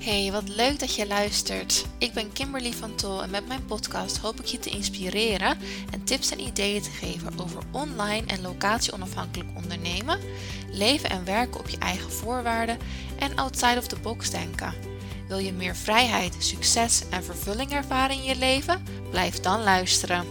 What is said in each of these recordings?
Hey, wat leuk dat je luistert. Ik ben Kimberly van Tol en met mijn podcast hoop ik je te inspireren en tips en ideeën te geven over online en locatie-onafhankelijk ondernemen, leven en werken op je eigen voorwaarden en outside of the box denken. Wil je meer vrijheid, succes en vervulling ervaren in je leven? Blijf dan luisteren.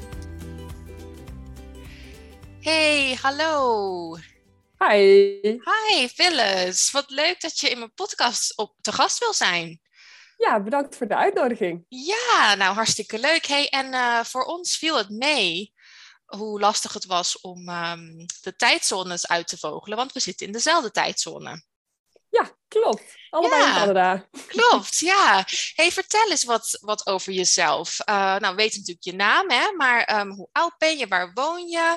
Hey, hallo. Hi. Hi, Phyllis. Wat leuk dat je in mijn podcast te gast wil zijn. Ja, bedankt voor de uitnodiging. Ja, nou hartstikke leuk. Hey, en voor ons viel het mee hoe lastig het was om de tijdzones uit te vogelen, want we zitten in dezelfde tijdzone. Ja, klopt. Allebei in Ja, Canada. klopt. Ja. Hey, vertel eens wat over jezelf. Nou, we weten natuurlijk je naam, hè? Maar hoe oud ben je? Waar woon je?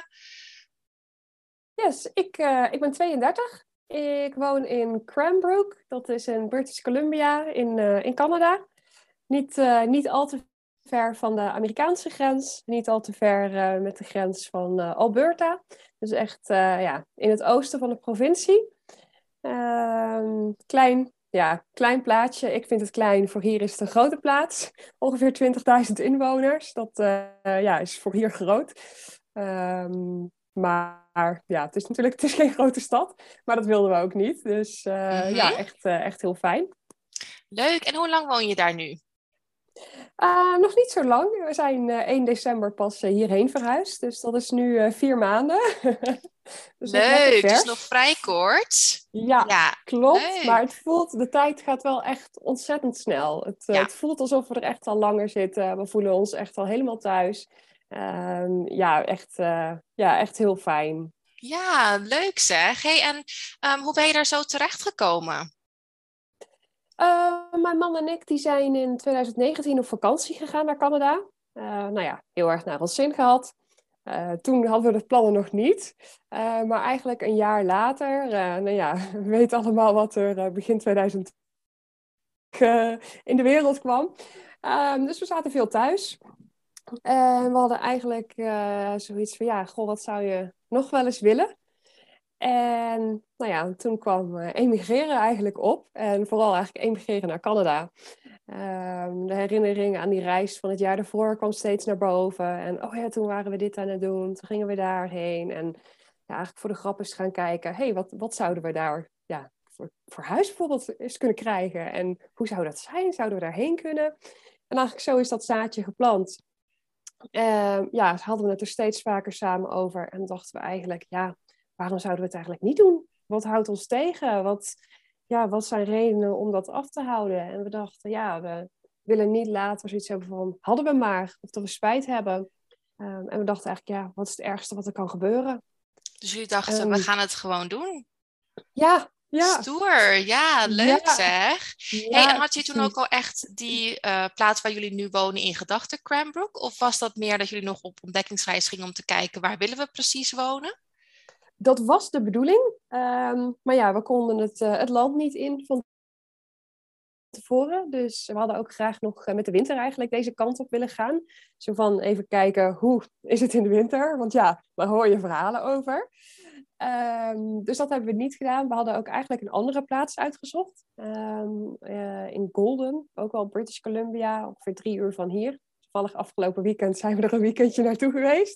Yes, ik ben 32. Ik woon in Cranbrook. Dat is in British Columbia in Canada. Niet al te ver van de Amerikaanse grens. Niet al te ver met de grens van Alberta. Dus echt in het oosten van de provincie. Klein plaatsje. Ik vind het klein. Voor hier is het een grote plaats. Ongeveer 20.000 inwoners. Dat is voor hier groot. Maar ja, het is geen grote stad. Maar dat wilden we ook niet. Dus Mhm. echt heel fijn. Leuk. En hoe lang woon je daar nu? Nog niet zo lang. We zijn 1 december pas hierheen verhuisd. Dus dat is nu 4 maanden. Dus nog lekker Leuk. Dus nog vers. vrij kort. Ja, Ja, klopt. Maar leuk. de tijd gaat wel echt ontzettend snel. Ja. Het voelt alsof we er echt al langer zitten. We voelen ons echt al helemaal thuis. Echt heel fijn. Ja, leuk zeg. Hey, en hoe ben je daar zo terecht gekomen? Mijn man en ik die zijn in 2019 op vakantie gegaan naar Canada. Heel erg naar ons zin gehad. Toen hadden we de plannen nog niet. Maar eigenlijk een jaar later, we weten allemaal wat er begin 2000 in de wereld kwam. Dus we zaten veel thuis. En we hadden eigenlijk zoiets van, ja, goh, wat zou je nog wel eens willen? En toen kwam emigreren eigenlijk op. En vooral eigenlijk emigreren naar Canada. De herinnering aan die reis van het jaar daarvoor kwam steeds naar boven. En oh ja, toen waren we dit aan het doen. Toen gingen we daarheen. En ja, eigenlijk voor de grap eens gaan kijken. Hey, wat zouden we daar voor huis bijvoorbeeld eens kunnen krijgen? En hoe zou dat zijn? Zouden we daarheen kunnen? En eigenlijk zo is dat zaadje geplant. Hadden we het er steeds vaker samen over. En dachten we eigenlijk, ja, waarom zouden we het eigenlijk niet doen? Wat houdt ons tegen? Wat zijn redenen om dat af te houden? En we dachten, ja, we willen niet later zoiets hebben van, hadden we maar, of dat we spijt hebben. En we dachten eigenlijk, ja, wat is het ergste wat er kan gebeuren? Dus jullie dachten, we En gaan het gewoon doen. ja, ja, Stoer, ja, leuk ja, zeg. Hey, en ja, had je toen ook precies. al echt die plaats waar jullie nu wonen in gedachten, Cranbrook? Of was dat meer dat jullie nog op ontdekkingsreis gingen om te kijken waar willen we precies wonen? Dat was de bedoeling. Maar ja, we konden het land niet in van tevoren. Dus we hadden ook graag nog met de winter eigenlijk deze kant op willen gaan. Zo van even kijken, hoe is het in de winter? Want ja, daar hoor je verhalen over. Dus dat hebben we niet gedaan. We hadden ook eigenlijk een andere plaats uitgezocht. In Golden, ook wel British Columbia, ongeveer 3 uur van hier. Toevallig afgelopen weekend zijn we er een weekendje naartoe geweest.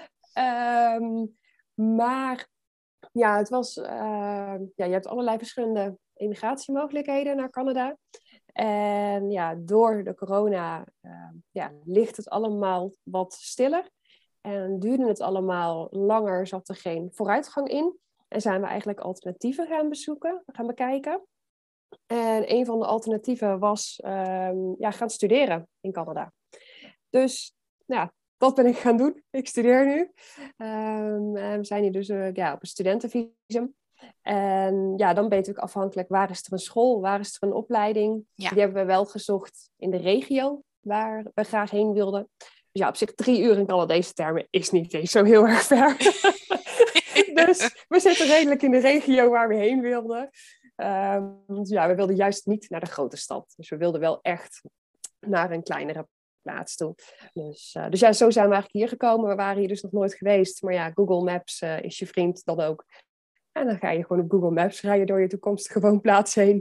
Maar ja, het was... je hebt allerlei verschillende emigratiemogelijkheden naar Canada. En ja, door de corona ligt het allemaal wat stiller. En duurde het allemaal langer, zat er geen vooruitgang in. En zijn we eigenlijk alternatieven gaan bekijken. En een van de alternatieven was gaan studeren in Canada. Dus ja, dat ben ik gaan doen. Ik studeer nu. En we zijn hier dus op een studentenvisum. En ja, dan ben je natuurlijk afhankelijk, waar is er een school, waar is er een opleiding. Ja. Die hebben we wel gezocht in de regio waar we graag heen wilden. Dus ja, op zich 3 uur in Canadese termen is niet eens zo heel erg ver. Dus we zitten redelijk in de regio waar we heen wilden. We wilden juist niet naar de grote stad. Dus we wilden wel echt naar een kleinere plaats toe. Dus ja, zo zijn we eigenlijk hier gekomen. We waren hier dus nog nooit geweest. Maar ja, Google Maps is je vriend dan ook. En dan ga je gewoon op Google Maps rijden door je toekomstige woonplaats heen.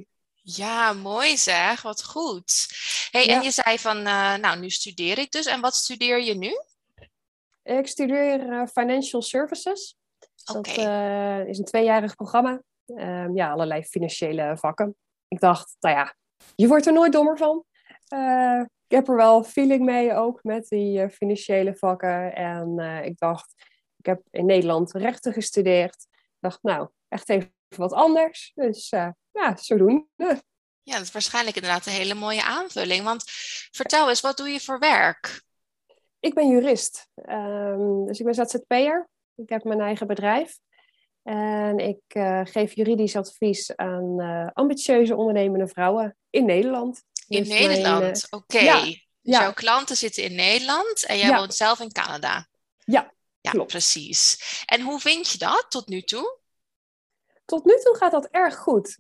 Ja, mooi zeg. Wat goed. Hey, en je Ja, zei van, nou, nu studeer ik dus. En wat studeer je nu? ik studeer Financial Services. Dus dat Oké. is een 2-jarig programma. Ja, allerlei financiële vakken. Ik dacht, nou ja, je wordt er nooit dommer van. Ik heb er wel feeling mee ook met die financiële vakken. En ik dacht, ik heb in Nederland rechten gestudeerd. Ik dacht, nou, echt even wat anders. Dus ja, zodoende. Ja, dat is waarschijnlijk inderdaad een hele mooie aanvulling. Want vertel eens, wat doe je voor werk? Ik ben jurist. Dus ik ben ZZP'er. Ik heb mijn eigen bedrijf. En ik geef juridisch advies aan ambitieuze ondernemende vrouwen in Nederland. In Dus mijn, Nederland. Oké. ja, Dus jouw ja, klanten zitten in Nederland en jij ja, woont zelf in Canada. ja, Ja, klopt. precies. En hoe vind je dat tot nu toe? Tot nu toe gaat dat erg goed.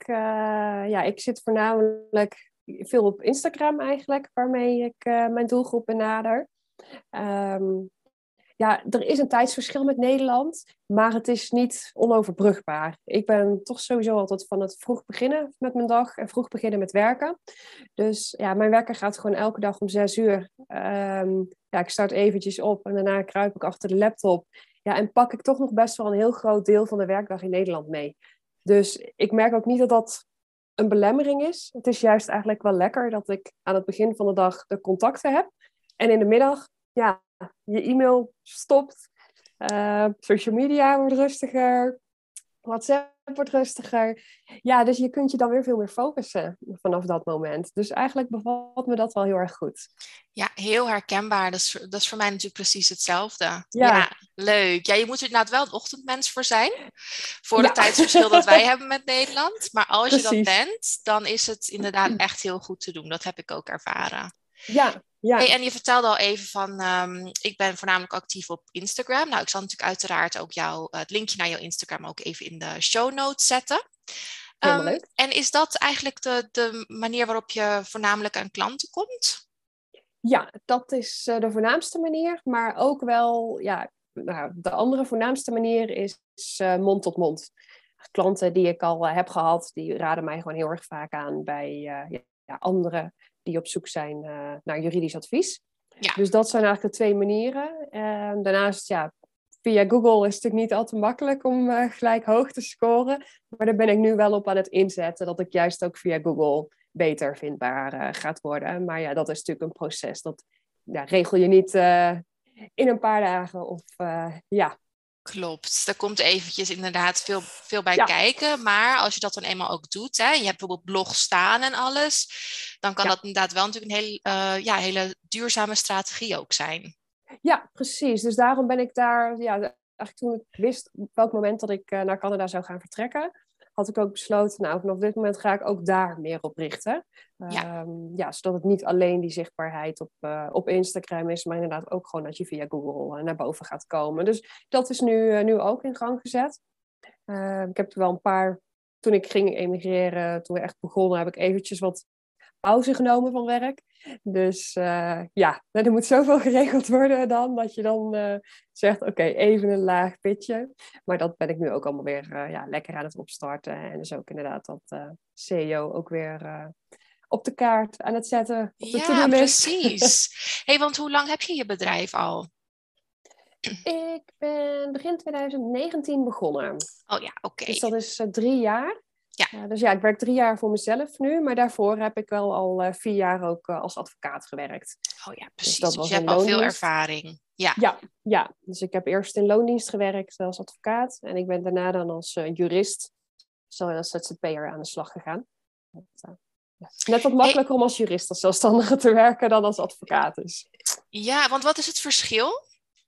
Ik zit voornamelijk veel op Instagram eigenlijk, waarmee ik mijn doelgroep benader. Ehm, Ja, er is een tijdsverschil met Nederland, maar het is niet onoverbrugbaar. Ik ben toch sowieso altijd van het vroeg beginnen met mijn dag en vroeg beginnen met werken. Dus ja, mijn werken gaat gewoon elke dag om 6 uur. Ja, ik start eventjes op en daarna kruip ik achter de laptop. Ja, en pak ik toch nog best wel een heel groot deel van de werkdag in Nederland mee. Dus ik merk ook niet dat dat een belemmering is. Het is juist eigenlijk wel lekker dat ik aan het begin van de dag de contacten heb. En in de middag, ja, je e-mail stopt. Social media wordt rustiger. WhatsApp wordt rustiger. Ja, dus je kunt je dan weer veel meer focussen vanaf dat moment. Dus eigenlijk bevalt me dat wel heel erg goed. Ja, heel herkenbaar. Dat is voor mij natuurlijk precies hetzelfde. Ja, Ja, leuk. Ja, je moet er inderdaad wel een ochtendmens voor zijn. Voor het ja, tijdsverschil dat wij hebben met Nederland. Maar als je dat precies. bent, dan is het inderdaad echt heel goed te doen. Dat heb ik ook ervaren. Ja, Hey, ja, en je vertelde al even van, ik ben voornamelijk actief op Instagram. Nou, ik zal natuurlijk uiteraard ook het linkje naar jouw Instagram ook even in de show notes zetten. helemaal leuk. En is dat eigenlijk de manier waarop je voornamelijk aan klanten komt? Ja, dat is de voornaamste manier. Maar ook wel, ja, nou, de andere voornaamste manier is mond tot mond. Klanten die ik al heb gehad, die raden mij gewoon heel erg vaak aan bij ja, anderen die op zoek zijn naar juridisch advies. Ja, Dus dat zijn eigenlijk de twee manieren. Daarnaast, ja, via Google is het natuurlijk niet al te makkelijk om gelijk hoog te scoren. Maar daar ben ik nu wel op aan het inzetten, dat ik juist ook via Google beter vindbaar gaat worden. Maar ja, dat is natuurlijk een proces. Dat ja, regel je niet in een paar dagen. Of ja. klopt. Er komt eventjes inderdaad veel bij Ja, kijken. Maar als je dat dan eenmaal ook doet, hè, je hebt bijvoorbeeld blog staan en alles, dan kan ja. dat inderdaad wel natuurlijk een hele duurzame strategie ook zijn. Ja, precies. Dus daarom ben ik daar, ja, eigenlijk toen ik wist op welk moment dat ik naar Canada zou gaan vertrekken, had ik ook besloten, nou, vanaf dit moment ga ik ook daar meer op richten. Ja, Ja, zodat het niet alleen die zichtbaarheid op Instagram is, maar inderdaad ook gewoon dat je via Google naar boven gaat komen. Dus dat is nu ook in gang gezet. Ik heb er wel een paar, toen ik ging emigreren, toen we echt begonnen, heb ik eventjes wat pauze genomen van werk. Dus ja, er moet zoveel geregeld worden dan, dat je dan zegt, oké, even een laag pitje. Maar dat ben ik nu ook allemaal weer ja, lekker aan het opstarten. En dus ook inderdaad dat SEO ook weer op de kaart aan het zetten, op de ja, to-do-list. precies. Hey, want hoe lang heb je je bedrijf al? Ik ben begin 2019 begonnen. Oh ja, oké. Dus dat is 3 jaar. Ja, Dus ja, ik werk 3 jaar voor mezelf nu, maar daarvoor heb ik wel al 4 jaar ook als advocaat gewerkt. oh ja, Dus precies. dat Dus was je hebt in al veel loondienst. ervaring. Ja, Ja, ja, dus ik heb eerst in loondienst gewerkt als advocaat en ik ben daarna dan als jurist, zo als ZZP'er aan de slag gegaan. Dat, ja. Het is net wat hey, makkelijker om als jurist als zelfstandige te werken dan als advocaat. Dus. ja, want wat is het verschil?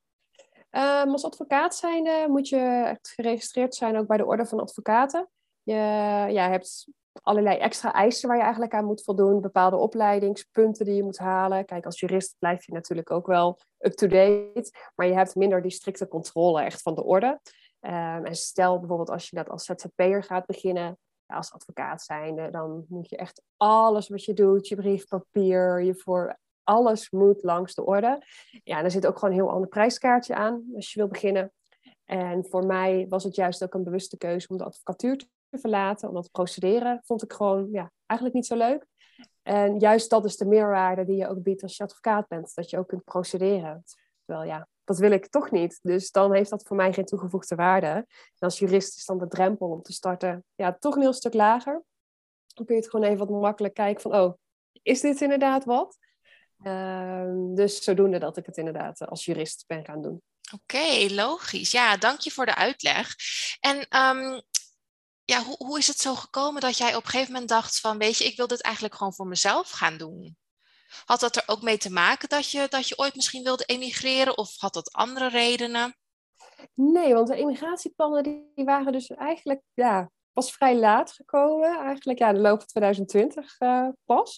Als advocaat zijnde moet je echt geregistreerd zijn ook bij de Orde van Advocaten. Je hebt allerlei extra eisen waar je eigenlijk aan moet voldoen. Bepaalde opleidingspunten die je moet halen. Kijk, als jurist blijf je natuurlijk ook wel up-to-date. Maar je hebt minder die strikte controle echt van de orde. En stel bijvoorbeeld als je dat als ZZP'er gaat beginnen. Ja, als advocaat zijnde, dan moet je echt alles wat je doet. Je briefpapier, alles moet langs de orde. Ja, er zit ook gewoon een heel ander prijskaartje aan als je wil beginnen. En voor mij was het juist ook een bewuste keuze om de advocatuur verlaten. Omdat procederen vond ik gewoon eigenlijk niet zo leuk. En juist dat is de meerwaarde die je ook biedt als je advocaat bent. Dat je ook kunt procederen. Terwijl dat wil ik toch niet. Dus dan heeft dat voor mij geen toegevoegde waarde. En als jurist is dan de drempel om te starten toch een heel stuk lager. Dan kun je het gewoon even wat makkelijk kijken van, is dit inderdaad wat? Dus zodoende dat ik het inderdaad als jurist ben gaan doen. Oké, logisch. Ja, dank je voor de uitleg. En hoe is het zo gekomen dat jij op een gegeven moment dacht van, weet je, ik wil dit eigenlijk gewoon voor mezelf gaan doen? Had dat er ook mee te maken dat je ooit misschien wilde emigreren of had dat andere redenen? Nee, want de emigratieplannen die waren dus eigenlijk pas vrij laat gekomen. Eigenlijk in de loop van 2020 pas.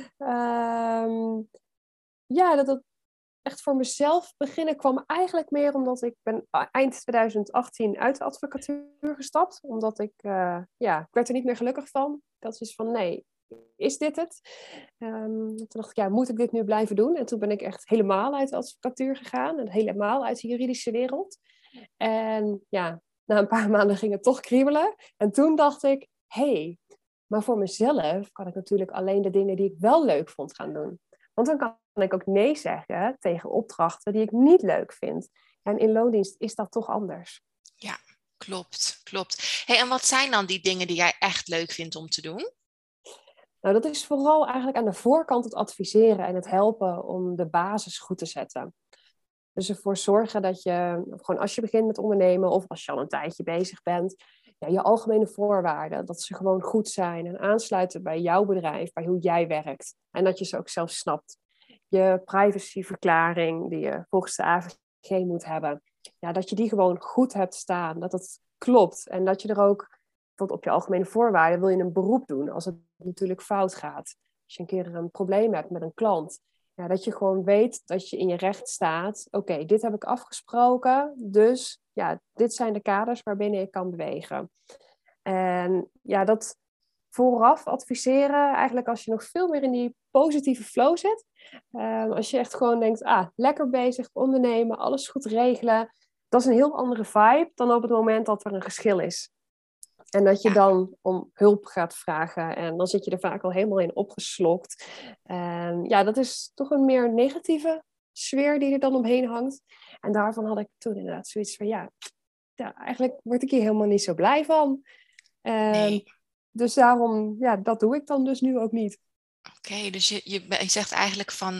Dat echt voor mezelf beginnen kwam eigenlijk meer omdat ik ben eind 2018 uit de advocatuur gestapt. Omdat ik werd er niet meer gelukkig van. Ik had zoiets van, nee, is dit het? Toen dacht ik, moet ik dit nu blijven doen? En toen ben ik echt helemaal uit de advocatuur gegaan. En helemaal uit de juridische wereld. En na een paar maanden ging het toch kriebelen. En toen dacht ik, maar voor mezelf kan ik natuurlijk alleen de dingen die ik wel leuk vond gaan doen. Want dan kan ik ook nee zeggen tegen opdrachten die ik niet leuk vind. En in loondienst is dat toch anders. Ja, klopt. Hey, en wat zijn dan die dingen die jij echt leuk vindt om te doen? Nou, dat is vooral eigenlijk aan de voorkant het adviseren en het helpen om de basis goed te zetten. Dus ervoor zorgen dat je, gewoon als je begint met ondernemen of als je al een tijdje bezig bent, je algemene voorwaarden, dat ze gewoon goed zijn en aansluiten bij jouw bedrijf, bij hoe jij werkt. En dat je ze ook zelf snapt. Je privacyverklaring die je volgens de AVG moet hebben, dat je die gewoon goed hebt staan, dat het klopt. En dat je er ook, tot op je algemene voorwaarden, wil je een beroep doen als het natuurlijk fout gaat. Als je een keer een probleem hebt met een klant, dat je gewoon weet dat je in je recht staat. Oké, dit heb ik afgesproken. Dus dit zijn de kaders waarbinnen ik kan bewegen. En dat vooraf adviseren, eigenlijk als je nog veel meer in die positieve flow zit. Als je echt gewoon denkt, lekker bezig, ondernemen, alles goed regelen. Dat is een heel andere vibe dan op het moment dat er een geschil is. En dat je dan om hulp gaat vragen. En dan zit je er vaak al helemaal in opgeslokt. En dat is toch een meer negatieve sfeer die er dan omheen hangt. En daarvan had ik toen inderdaad zoiets van... eigenlijk word ik hier helemaal niet zo blij van. Nee. Dus daarom, dat doe ik dan dus nu ook niet. Oké, dus je zegt eigenlijk van...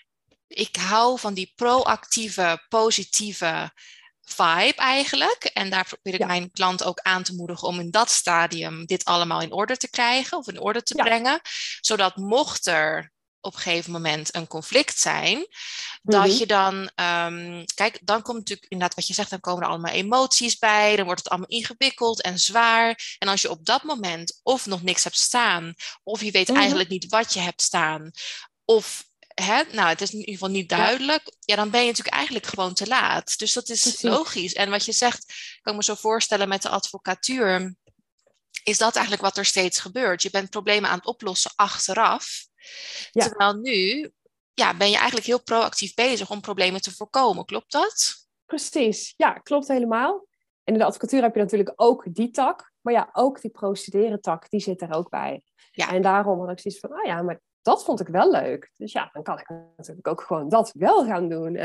Ik hou van die proactieve, positieve vibe eigenlijk. En daar probeer ik mijn klant ook aan te moedigen om in dat stadium dit allemaal in orde te krijgen of in orde te brengen. Zodat mocht er op een gegeven moment een conflict zijn, dat je dan, kijk, dan komt natuurlijk inderdaad wat je zegt, dan komen er allemaal emoties bij, dan wordt het allemaal ingewikkeld en zwaar. En als je op dat moment of nog niks hebt staan, of je weet eigenlijk niet wat je hebt staan, of het is in ieder geval niet duidelijk, dan ben je natuurlijk eigenlijk gewoon te laat. Dus dat is logisch. En wat je zegt, kan ik me zo voorstellen met de advocatuur, is dat eigenlijk wat er steeds gebeurt. Je bent problemen aan het oplossen achteraf. Ja. Terwijl nu ben je eigenlijk heel proactief bezig om problemen te voorkomen. Klopt dat? Precies, klopt helemaal. En in de advocatuur heb je natuurlijk ook die tak. Maar ook die procederen tak, die zit er ook bij. Ja. En daarom had ik zoiets van, maar dat vond ik wel leuk. Dus dan kan ik natuurlijk ook gewoon dat wel gaan doen.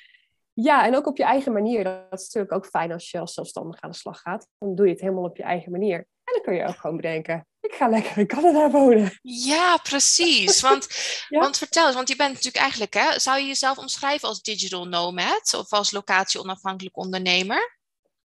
En ook op je eigen manier. Dat is natuurlijk ook fijn als je als zelfstandig aan de slag gaat. Dan doe je het helemaal op je eigen manier. En dan kun je ook gewoon bedenken, ik ga lekker in Canada wonen. Ja, precies. Want vertel eens, want je bent natuurlijk eigenlijk, zou je jezelf omschrijven als digital nomad of als locatie-onafhankelijk ondernemer?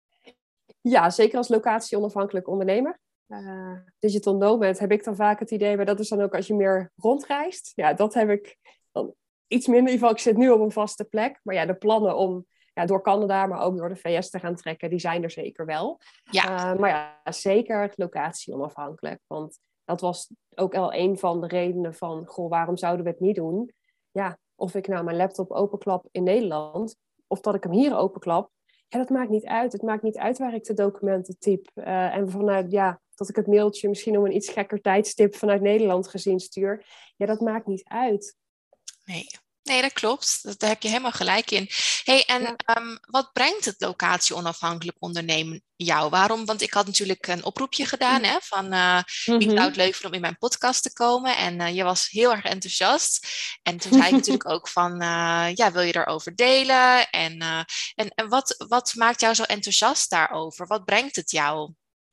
Ja, zeker als locatie-onafhankelijk ondernemer. Digital nomad heb ik dan vaak het idee, maar dat is dan ook als je meer rondreist. Ja, dat heb ik dan iets minder. In ieder geval, ik zit nu op een vaste plek. Maar de plannen om door Canada, maar ook door de VS te gaan trekken, die zijn er zeker wel. Ja. Maar zeker locatie onafhankelijk. Want dat was ook al een van de redenen van, waarom zouden we het niet doen? Ja, of ik nou mijn laptop openklap in Nederland, of dat ik hem hier openklap. Ja, dat maakt niet uit. Het maakt niet uit waar ik de documenten typ. En vanuit, dat ik het mailtje misschien om een iets gekker tijdstip vanuit Nederland gezien stuur. Ja, dat maakt niet uit. Nee, dat klopt. Daar heb je helemaal gelijk in. Hey, en Ja. wat brengt het locatie-onafhankelijk ondernemen jou? Waarom? Want ik had natuurlijk een oproepje gedaan hè, van wie zou het Mhm. leuk vinden om in mijn podcast te komen? En je was heel erg enthousiast. En toen zei ik natuurlijk ook van, ja, wil je erover delen? En wat maakt jou zo enthousiast daarover? Wat brengt het jou?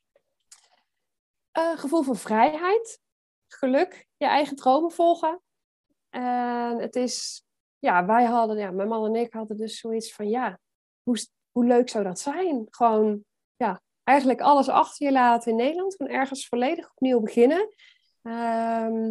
Gevoel van vrijheid, geluk, je eigen dromen volgen. En het is, ja, mijn man en ik hadden dus zoiets van, ja, hoe leuk zou dat zijn? Gewoon, ja, eigenlijk alles achter je laten in Nederland, gewoon ergens volledig opnieuw beginnen. Ehm,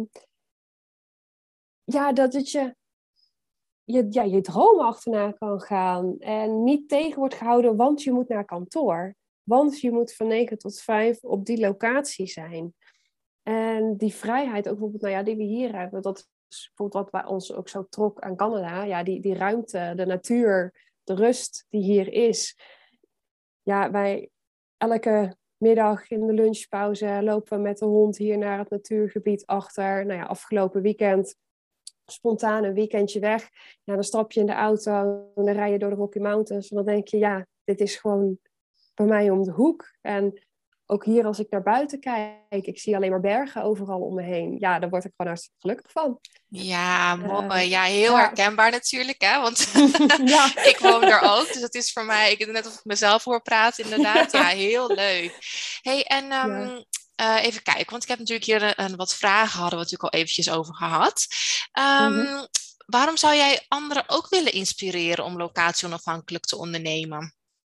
ja, dat het je dromen achterna kan gaan en niet tegen wordt gehouden, want je moet naar kantoor. Want je moet van 9 tot 5 op die locatie zijn. En die vrijheid, ook bijvoorbeeld, nou ja, die we hier hebben, dat is bijvoorbeeld wat bij ons ook zo trok aan Canada. Ja, die ruimte, de natuur, de rust die hier is. Ja, wij elke middag in de lunchpauze lopen we met de hond hier naar het natuurgebied achter. Nou ja, afgelopen weekend spontaan een weekendje weg. Ja, dan stap je in de auto en dan rij je door de Rocky Mountains. En dan denk je, ja, dit is gewoon bij mij om de hoek. En ook hier als ik naar buiten kijk, ik zie alleen maar bergen overal om me heen. Ja, daar word ik gewoon hartstikke gelukkig van. Ja, Uh, mooi. Ja, heel ja, herkenbaar natuurlijk, hè? Want ja. ik woon er ook, dus het is voor mij, ik net of ik mezelf hoor praten, inderdaad. Ja, heel leuk. Hey, en Ja. even kijken, want ik heb natuurlijk hier wat vragen, hadden we natuurlijk al eventjes over gehad. Mhm. Waarom zou jij anderen ook willen inspireren om locatie onafhankelijk te ondernemen?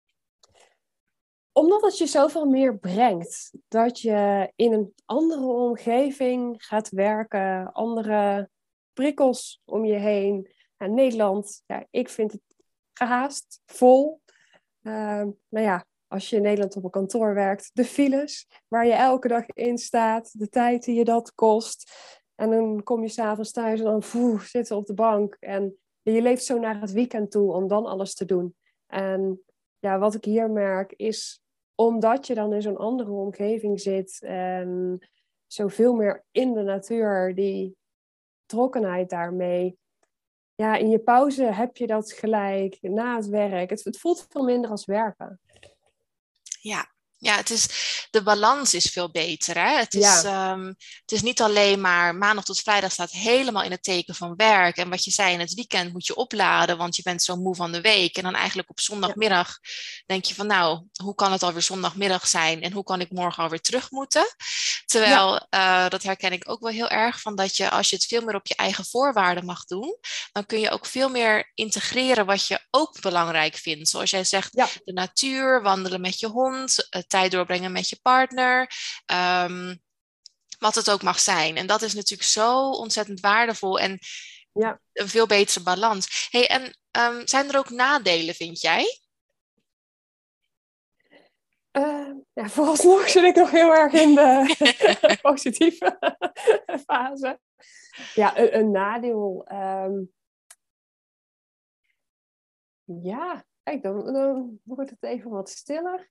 Omdat het je zoveel meer brengt. Dat je in een andere omgeving gaat werken, andere prikkels om je heen. En Nederland, ja, ik vind het gehaast, vol. Nou ja, als je in Nederland op een kantoor werkt, de files waar je elke dag in staat, de tijd die je dat kost. En dan kom je s'avonds thuis en dan zitten op de bank. En je leeft zo naar het weekend toe om dan alles te doen. En ja, wat ik hier merk is, omdat je dan in zo'n andere omgeving zit en zoveel meer in de natuur, die trokkenheid daarmee. Ja, in je pauze heb je dat gelijk na het werk. Het voelt veel minder als werken. Ja. Ja, de balans is veel beter. Hè? Ja, Het is niet alleen maar maandag tot vrijdag staat helemaal in het teken van werk. En wat je zei, in het weekend moet je opladen, want je bent zo moe van de week. En dan eigenlijk op ja, zondagmiddag denk je van nou, hoe kan het alweer zondagmiddag zijn en hoe kan ik morgen alweer terug moeten? ja, Terwijl, dat herken ik ook wel heel erg, van dat je als je het veel meer op je eigen voorwaarden mag doen, dan kun je ook veel meer integreren wat je ook belangrijk vindt. Zoals jij zegt, ja, de natuur, wandelen met je hond, tijd doorbrengen met je partner. Um, wat het ook mag zijn. En dat is natuurlijk zo ontzettend waardevol en ja. een veel betere balans. Hey, en zijn er ook nadelen, vind jij? Ja, vooralsnog zit ik nog heel erg in de positieve fase. Ja, een nadeel. Ja, kijk, dan wordt het even wat stiller.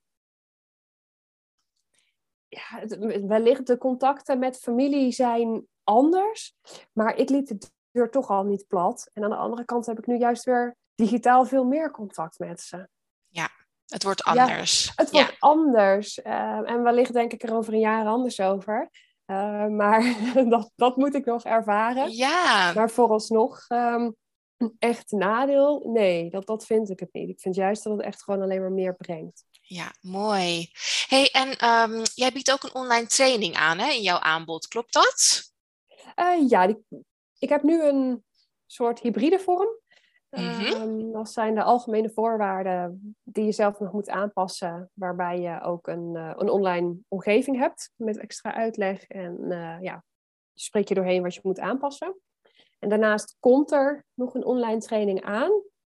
Ja, wellicht de contacten met familie zijn anders, maar ik liet de deur toch al niet plat. En aan de andere kant heb ik nu juist weer digitaal veel meer contact met ze. Ja, het wordt Ja, anders. het Ja, wordt anders. En wellicht denk ik er over een jaar anders over. Maar dat moet ik nog ervaren. ja, Maar vooralsnog, een echt nadeel, nee, dat vind ik het niet. Ik vind juist dat het echt gewoon alleen maar meer brengt. ja, mooi. Hey, en jij biedt ook een online training aan hè, in jouw aanbod, klopt dat? Ja, ik heb nu een soort hybride vorm. Mhm. Dat zijn de algemene voorwaarden die je zelf nog moet aanpassen, waarbij je ook een online omgeving hebt met extra uitleg en ja, spreek je doorheen wat je moet aanpassen. En daarnaast komt er nog een online training aan.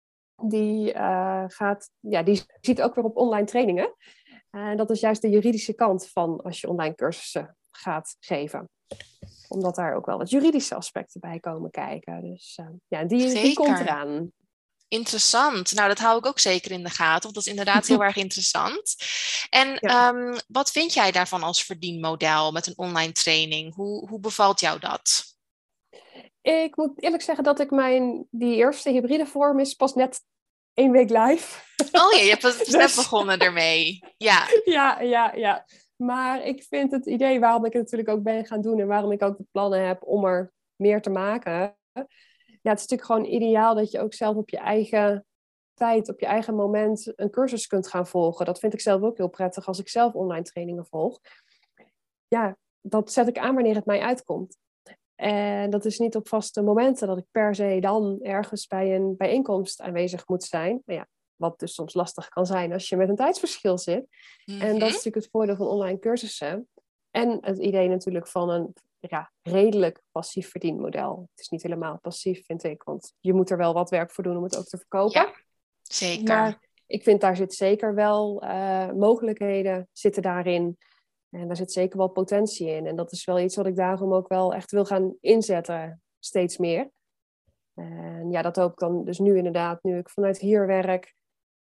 Die ziet ook weer op online trainingen. En dat is juist de juridische kant van als je online cursussen gaat geven. Omdat daar ook wel wat juridische aspecten bij komen kijken. Dus ja, die komt Zeker. eraan. Interessant. Nou, dat hou ik ook zeker in de gaten, want dat is inderdaad heel erg interessant. En Ja. wat vind jij daarvan als verdienmodel met een online training? Hoe bevalt jou dat? Ik moet eerlijk zeggen dat ik die eerste hybride vorm is pas net 1 week live. Oh ja, je hebt het net Dus begonnen ermee. Ja. ja. Maar ik vind het idee waarom ik het natuurlijk ook ben gaan doen en waarom ik ook de plannen heb om er meer te maken. Ja, het is natuurlijk gewoon ideaal dat je ook zelf op je eigen tijd, op je eigen moment een cursus kunt gaan volgen. Dat vind ik zelf ook heel prettig als ik zelf online trainingen volg. Ja, dat zet ik aan wanneer het mij uitkomt. En dat is niet op vaste momenten dat ik per se dan ergens bij een bijeenkomst aanwezig moet zijn. Maar ja, wat dus soms lastig kan zijn als je met een tijdsverschil zit. En dat is natuurlijk het voordeel van online cursussen. En het idee natuurlijk van een redelijk passief verdienmodel. Het is niet helemaal passief, vind ik. Want je moet er wel wat werk voor doen om het ook te verkopen. Ja, zeker. Maar ik vind daar zit zeker wel mogelijkheden zitten daarin. En daar zit zeker wel potentie in. En dat is wel iets wat ik daarom ook wel echt wil gaan inzetten. Steeds meer. En ja, dat hoop ik dan dus nu inderdaad, nu ik vanuit hier werk.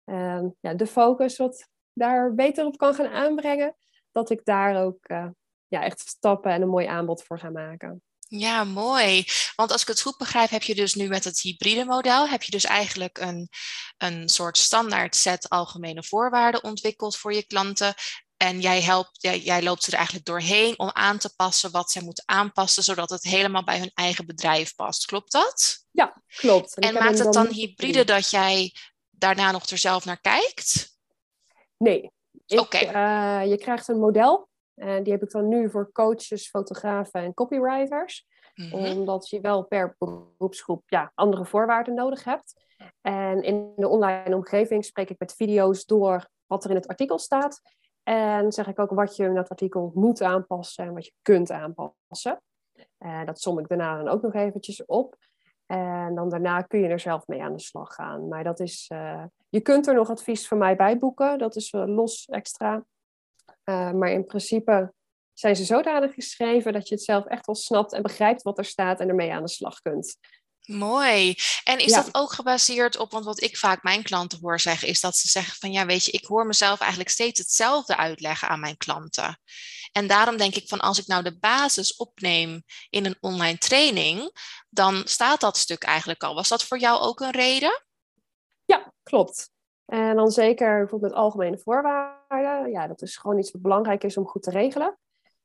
De focus wat daar beter op kan gaan aanbrengen. Dat ik daar ook echt stappen en een mooi aanbod voor ga maken. Ja, mooi. Want als ik het goed begrijp, heb je dus nu met het hybride model, heb je dus eigenlijk een soort standaard set algemene voorwaarden ontwikkeld voor je klanten. En jij loopt er eigenlijk doorheen om aan te passen wat zij moeten aanpassen, zodat het helemaal bij hun eigen bedrijf past. Klopt dat? Ja, klopt. En maakt het dan hybride dat jij daarna nog er zelf naar kijkt? Nee. Oké. Je krijgt een model. Die heb ik dan nu voor coaches, fotografen en copywriters. Omdat je wel per beroepsgroep andere voorwaarden nodig hebt. En in de online omgeving spreek ik met video's door wat er in het artikel staat. En zeg ik ook wat je in dat artikel moet aanpassen en wat je kunt aanpassen. Dat som ik daarna dan ook nog eventjes op. En dan daarna kun je er zelf mee aan de slag gaan. Maar dat is, je kunt er nog advies van mij bij boeken. Dat is los extra. Maar in principe zijn ze zodanig geschreven dat je het zelf echt wel snapt en begrijpt wat er staat en ermee aan de slag kunt. Mooi. En is dat ook gebaseerd op, want wat ik vaak mijn klanten hoor zeggen, is dat ze zeggen van ja, weet je, ik hoor mezelf eigenlijk steeds hetzelfde uitleggen aan mijn klanten. En daarom denk ik van als ik nou de basis opneem in een online training, dan staat dat stuk eigenlijk al. Was dat voor jou ook een reden? Ja, klopt. En dan zeker bijvoorbeeld met algemene voorwaarden. Ja, dat is gewoon iets wat belangrijk is om goed te regelen.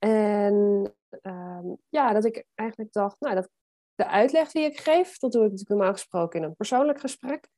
En dat ik eigenlijk dacht, nou, dat de uitleg die ik geef, dat doe ik natuurlijk normaal gesproken in een persoonlijk gesprek.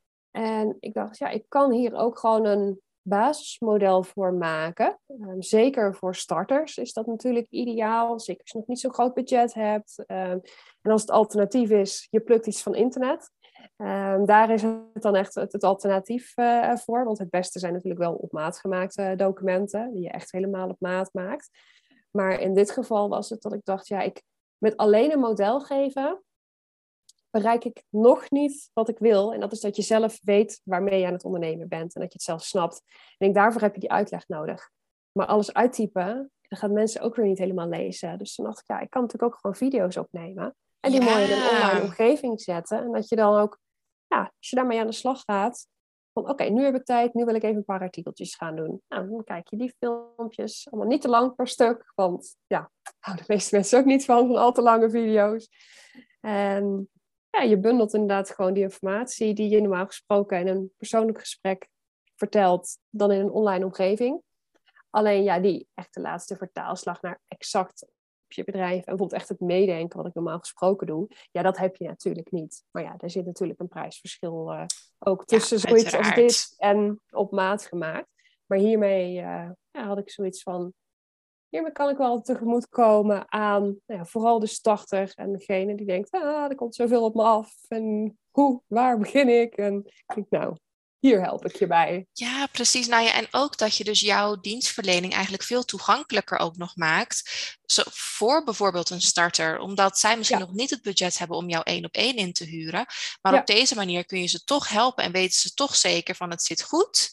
En ik dacht, ik kan hier ook gewoon een basismodel voor maken. Zeker voor starters is dat natuurlijk ideaal. Zeker als je nog niet zo'n groot budget hebt. En als het alternatief is, je plukt iets van internet. Daar is het dan echt het alternatief voor. Want het beste zijn natuurlijk wel op maat gemaakte documenten. Die je echt helemaal op maat maakt. Maar in dit geval was het dat ik dacht, met alleen een model geven bereik ik nog niet wat ik wil. En dat is dat je zelf weet waarmee je aan het ondernemen bent. En dat je het zelf snapt. En ik denk, daarvoor heb je die uitleg nodig. Maar alles uittypen, dan gaan mensen ook weer niet helemaal lezen. Dus toen dacht ik, ik kan natuurlijk ook gewoon video's opnemen. En die mooi in een online omgeving zetten. En dat je dan ook, als je daarmee aan de slag gaat, van oké, nu heb ik tijd, nu wil ik even een paar artikeltjes gaan doen. Nou, dan kijk je die filmpjes, allemaal niet te lang per stuk, want houden de meeste mensen ook niet van al te lange video's. En je bundelt inderdaad gewoon die informatie die je normaal gesproken in een persoonlijk gesprek vertelt, dan in een online omgeving. Alleen die echte laatste vertaalslag naar exact op je bedrijf en bijvoorbeeld echt het meedenken wat ik normaal gesproken doe, dat heb je natuurlijk niet. Maar er zit natuurlijk een prijsverschil ook tussen zoiets als dit en op maat gemaakt. Maar hiermee had ik zoiets van, hiermee kan ik wel tegemoet komen aan vooral de starter en degene die denkt, er komt zoveel op me af en waar begin ik? En ik denk, hier help ik je bij. Ja, precies. Nou ja, en ook dat je dus jouw dienstverlening eigenlijk veel toegankelijker ook nog maakt. Voor bijvoorbeeld een starter, omdat zij misschien nog niet het budget hebben om jou 1-op-1 in te huren. Maar op deze manier kun je ze toch helpen en weten ze toch zeker van het zit goed.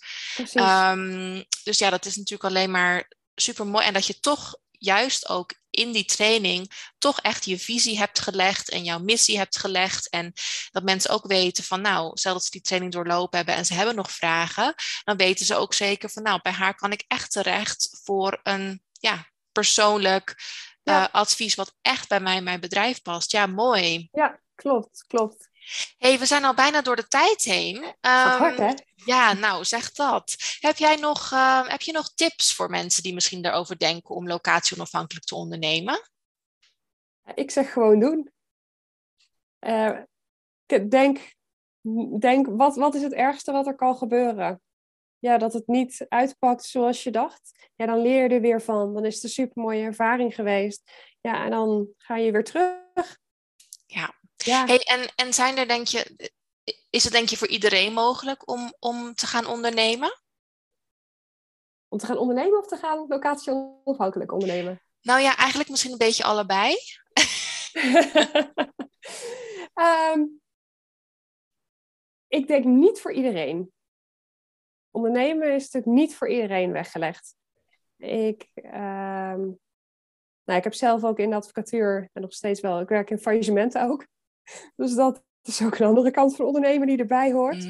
Dus dat is natuurlijk alleen maar super mooi. En dat je toch juist ook in die training toch echt je visie hebt gelegd en jouw missie hebt gelegd. En dat mensen ook weten van stel dat ze die training doorlopen hebben en ze hebben nog vragen, dan weten ze ook zeker van bij haar kan ik echt terecht voor een persoonlijk Ja. advies wat echt bij mij en mijn bedrijf past. Ja, mooi. Ja, klopt. Hey, we zijn al bijna door de tijd heen. Gaat hard, hè? Ja, nou, zeg dat. Heb je nog tips voor mensen die misschien erover denken om locatie onafhankelijk te ondernemen? Ik zeg gewoon doen. Uh, denk wat is het ergste wat er kan gebeuren? Ja, dat het niet uitpakt zoals je dacht. Ja, dan leer je er weer van. Dan is het een supermooie ervaring geweest. Ja, en dan ga je weer terug. Ja. Ja. Hey, en is het denk je voor iedereen mogelijk om te gaan ondernemen? Om te gaan ondernemen of te gaan locatie onafhankelijk ondernemen? Nou ja, eigenlijk misschien een beetje allebei. Ik denk niet voor iedereen. Ondernemen is natuurlijk niet voor iedereen weggelegd. Ik heb zelf ook in de advocatuur en nog steeds wel. Ik werk in faillissementen ook. Dus dat is ook een andere kant van ondernemen die erbij hoort.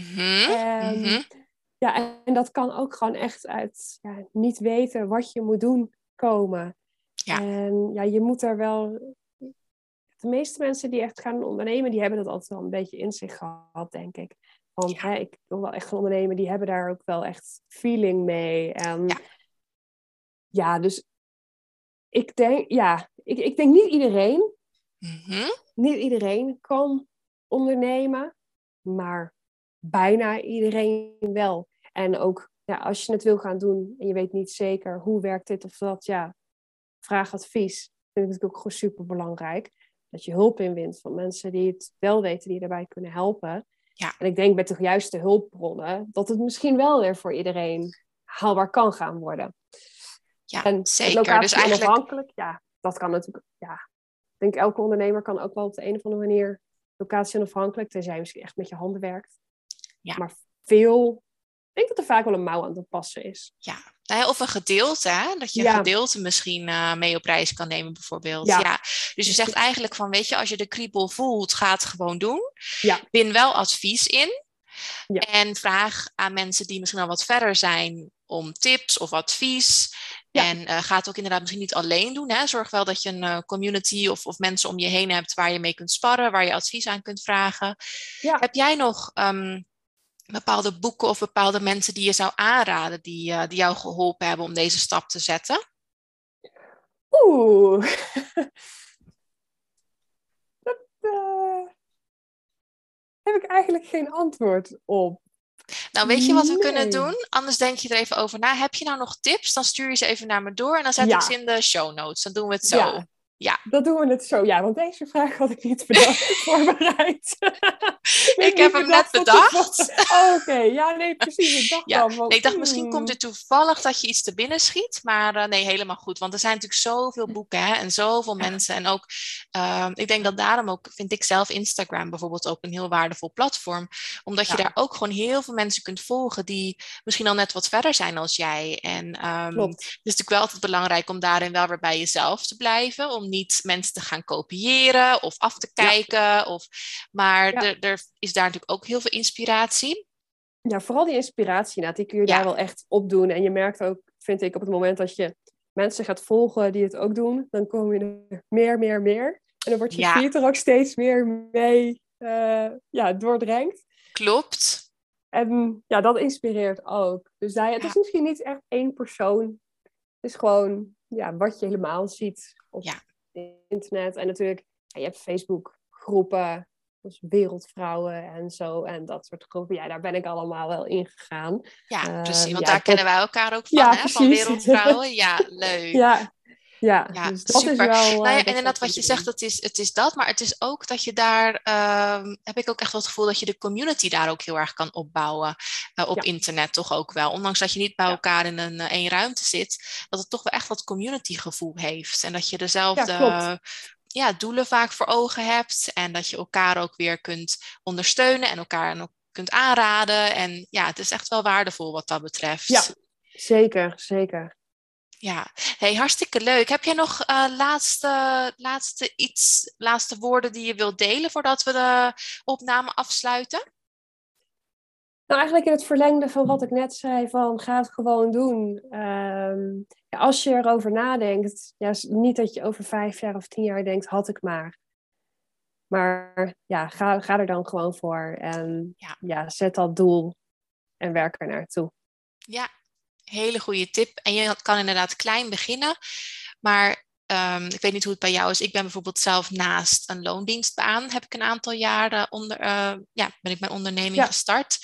Ja, en dat kan ook gewoon echt uit niet weten wat je moet doen komen. Ja. En ja, je moet er wel... De meeste mensen die echt gaan ondernemen, die hebben dat altijd wel een beetje in zich gehad, denk ik. Want ik wil wel echt gaan ondernemen, die hebben daar ook wel echt feeling mee. En dus ik denk, ik denk niet iedereen, niet iedereen kan ondernemen, maar bijna iedereen wel. En ook als je het wil gaan doen en je weet niet zeker hoe werkt dit of dat, vraag advies. Dat vind ik ook gewoon super belangrijk. Dat je hulp inwint van mensen die het wel weten, die je daarbij kunnen helpen. Ja. En ik denk met de juiste hulpbronnen dat het misschien wel weer voor iedereen haalbaar kan gaan worden. Ja, en zeker. Locatie dus eigenlijk... onafhankelijk, dat kan natuurlijk. Ja, ik denk elke ondernemer kan ook wel op de een of andere manier locatie onafhankelijk, tenzij je misschien echt met je handen werkt. Ja. Maar ik denk dat er vaak wel een mouw aan te passen is. Ja. Of een gedeelte, hè? Dat je een gedeelte misschien mee op reis kan nemen bijvoorbeeld. Ja. Dus je zegt eigenlijk van, weet je, als je de kriebel voelt, ga het gewoon doen. Ja. Win wel advies in. Ja. En vraag aan mensen die misschien al wat verder zijn om tips of advies. Ja. En ga het ook inderdaad misschien niet alleen doen. Hè? Zorg wel dat je een community of mensen om je heen hebt waar je mee kunt sparren, waar je advies aan kunt vragen. Ja. Heb jij nog bepaalde boeken of bepaalde mensen die je zou aanraden, die jou geholpen hebben om deze stap te zetten? Dat heb ik eigenlijk geen antwoord op. Nou, weet je wat we kunnen doen? Anders denk je er even over na. Heb je nou nog tips? Dan stuur je ze even naar me door en dan zet ik ze in de show notes. Dan doen we het zo. Ja. Dat doen we het zo. Ja, want deze vraag had ik niet voorbereid. Ik heb hem net bedacht. Oké. Ja, nee, precies. Ik dacht dan. Want, ik dacht, misschien komt het toevallig dat je iets te binnen schiet. Maar nee, helemaal goed. Want er zijn natuurlijk zoveel boeken en zoveel mensen. En ook, ik denk dat daarom ook, vind ik zelf Instagram bijvoorbeeld ook een heel waardevol platform. Omdat je daar ook gewoon heel veel mensen kunt volgen die misschien al net wat verder zijn als jij. En het is natuurlijk wel altijd belangrijk om daarin wel weer bij jezelf te blijven. Om niet mensen te gaan kopiëren of af te kijken. Maar er is daar natuurlijk ook heel veel inspiratie. Ja, vooral die inspiratie, die kun je daar wel echt op doen. En je merkt ook, vind ik, op het moment dat je mensen gaat volgen die het ook doen, dan kom je er meer. En dan wordt je feed er ook steeds meer mee doordrenkt. Klopt. En dat inspireert ook. Dus het is misschien niet echt één persoon. Het is gewoon wat je helemaal ziet op internet. En natuurlijk, je hebt Facebook groepen, dus wereldvrouwen en zo. En dat soort groepen. Ja, daar ben ik allemaal wel in gegaan. Ja, precies. Want daar kennen wij elkaar ook van, hè? Van wereldvrouwen. Ja, leuk. Ja, dus dat super. Is wel... en inderdaad wat je zegt, het is dat. Maar het is ook dat je daar... heb ik ook echt wel het gevoel dat je de community daar ook heel erg kan opbouwen. Op internet toch ook wel. Ondanks dat je niet bij elkaar in één ruimte zit. Dat het toch wel echt wat community gevoel heeft. En dat je dezelfde... doelen vaak voor ogen hebt. En dat je elkaar ook weer kunt ondersteunen. En elkaar ook kunt aanraden. En het is echt wel waardevol wat dat betreft. Ja, zeker. Ja, hey, hartstikke leuk. Heb jij nog laatste woorden die je wilt delen voordat we de opname afsluiten? Nou, eigenlijk in het verlengde van wat ik net zei, van ga het gewoon doen. Ja, als je erover nadenkt, ja, niet dat je over 5 jaar of 10 jaar denkt, had ik maar. Maar ja, ga er dan gewoon voor. En ja, zet dat doel en werk er naartoe. Ja, hele goede tip. En je kan inderdaad klein beginnen. Maar ik weet niet hoe het bij jou is. Ik ben bijvoorbeeld zelf naast een loondienstbaan. Heb ik een aantal jaren ben ik mijn onderneming gestart.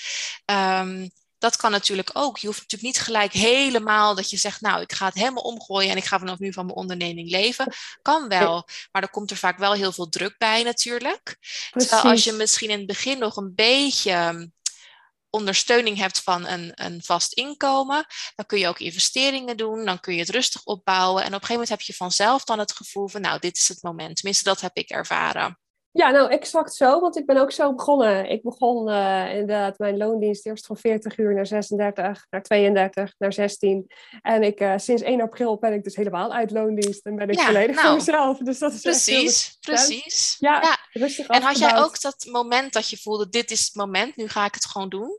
Dat kan natuurlijk ook. Je hoeft natuurlijk niet gelijk helemaal dat je zegt, nou, ik ga het helemaal omgooien en ik ga vanaf nu van mijn onderneming leven. Kan wel, maar dan komt er vaak wel heel veel druk bij natuurlijk. Precies. Terwijl als je misschien in het begin nog een beetje ondersteuning hebt van een vast inkomen, dan kun je ook investeringen doen, dan kun je het rustig opbouwen en op een gegeven moment heb je vanzelf dan het gevoel van, nou, dit is het moment. Tenminste, dat heb ik ervaren. Ja, nou exact zo, want ik ben ook zo begonnen. Ik begon inderdaad mijn loondienst eerst van 40 uur naar 36, naar 32, naar 16. En sinds 1 april ben ik dus helemaal uit loondienst en ben ik volledig voor mezelf. Dus dat is precies. Ja, rustig en afgebouwd. had jij ook dat moment dat je voelde, dit is het moment, nu ga ik het gewoon doen?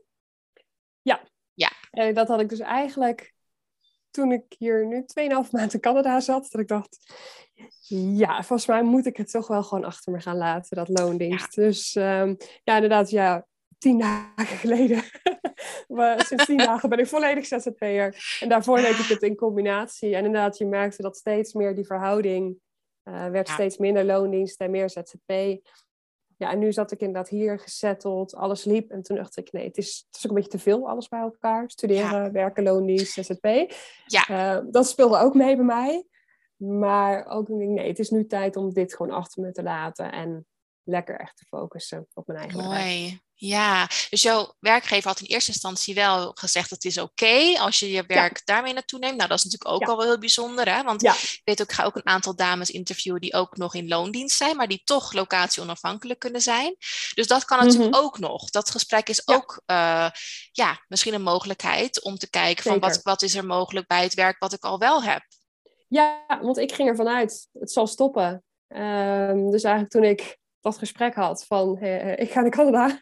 Ja. En dat had ik dus eigenlijk toen ik hier nu 2,5 maanden in Canada zat, dat ik dacht, ja, volgens mij moet ik het toch wel gewoon achter me gaan laten, dat loondienst. Ja. Dus inderdaad, 10 dagen geleden. Maar sinds 10 dagen ben ik volledig ZZP'er. En daarvoor deed ik het in combinatie. En inderdaad, je merkte dat steeds meer die verhouding werd steeds minder loondienst en meer ZZP. Ja, en nu zat ik inderdaad hier gesetteld, alles liep. En toen dacht ik, nee, het is ook een beetje te veel, alles bij elkaar. Studeren, werken, loondienst, ZZP. Ja. Dat speelde ook mee bij mij. Maar ook denk ik, nee, het is nu tijd om dit gewoon achter me te laten. En lekker echt te focussen op mijn eigen bedrijf. Mooi. Ja, dus jouw werkgever had in eerste instantie wel gezegd, het is oké als je je werk daarmee naartoe neemt. Nou, dat is natuurlijk ook al wel heel bijzonder, hè? Want ik weet ook, ik ga ook een aantal dames interviewen die ook nog in loondienst zijn, maar die toch locatie onafhankelijk kunnen zijn. Dus dat kan natuurlijk ook nog. Dat gesprek is ook misschien een mogelijkheid om te kijken van wat is er mogelijk bij het werk wat ik al wel heb. Ja, want ik ging ervan uit, het zal stoppen. Dus eigenlijk toen ik dat gesprek had van, ik ga naar Canada.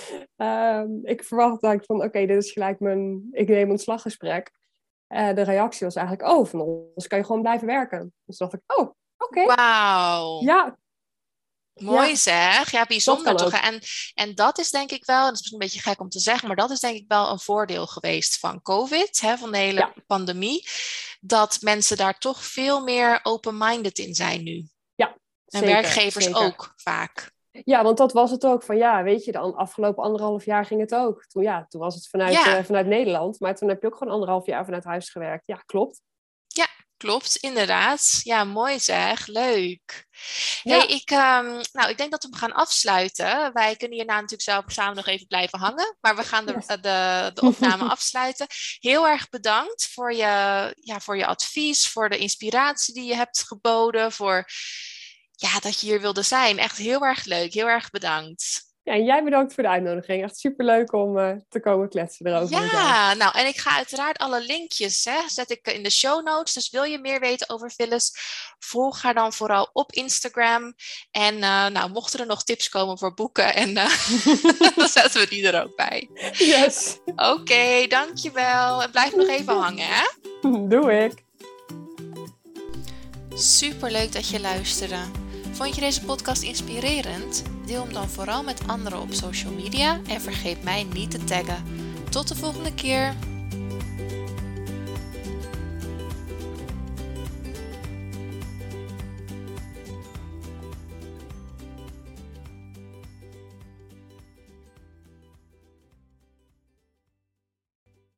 Ik verwacht eigenlijk van, oké, dit is gelijk ik neem een ontslaggesprek. De reactie was eigenlijk, van ons kan je gewoon blijven werken. Dus dacht ik, oké. Wauw. Ja. Mooi zeg. Ja, bijzonder toch. En dat is denk ik wel, dat is misschien een beetje gek om te zeggen, maar dat is denk ik wel een voordeel geweest van COVID, van de hele pandemie. Dat mensen daar toch veel meer open-minded in zijn nu. Ja, en zeker, werkgevers ook vaak. Ja, want dat was het ook. Van weet je, de afgelopen 1,5 jaar ging het ook. Toen was het vanuit Nederland. Maar toen heb je ook gewoon 1,5 jaar vanuit huis gewerkt. Ja, klopt. Ja, klopt, inderdaad. Ja, mooi zeg. Leuk. Ja. Hey, ik denk dat we hem gaan afsluiten. Wij kunnen hierna natuurlijk zelf samen nog even blijven hangen. Maar we gaan de opname afsluiten. Heel erg bedankt voor je advies, voor de inspiratie die je hebt geboden, voor dat je hier wilde zijn. Echt heel erg leuk. Heel erg bedankt. Ja, en jij bedankt voor de uitnodiging. Echt superleuk om te komen kletsen erover. Ja, nou, en ik ga uiteraard alle linkjes zet ik in de show notes. Dus wil je meer weten over Phyllis, volg haar dan vooral op Instagram. En mochten er nog tips komen voor boeken, en dan zetten we die er ook bij. Yes. Oké, dankjewel. En blijf nog even hangen, hè? Doe ik. Superleuk dat je luisterde. Vond je deze podcast inspirerend? Deel hem dan vooral met anderen op social media en vergeet mij niet te taggen. Tot de volgende keer!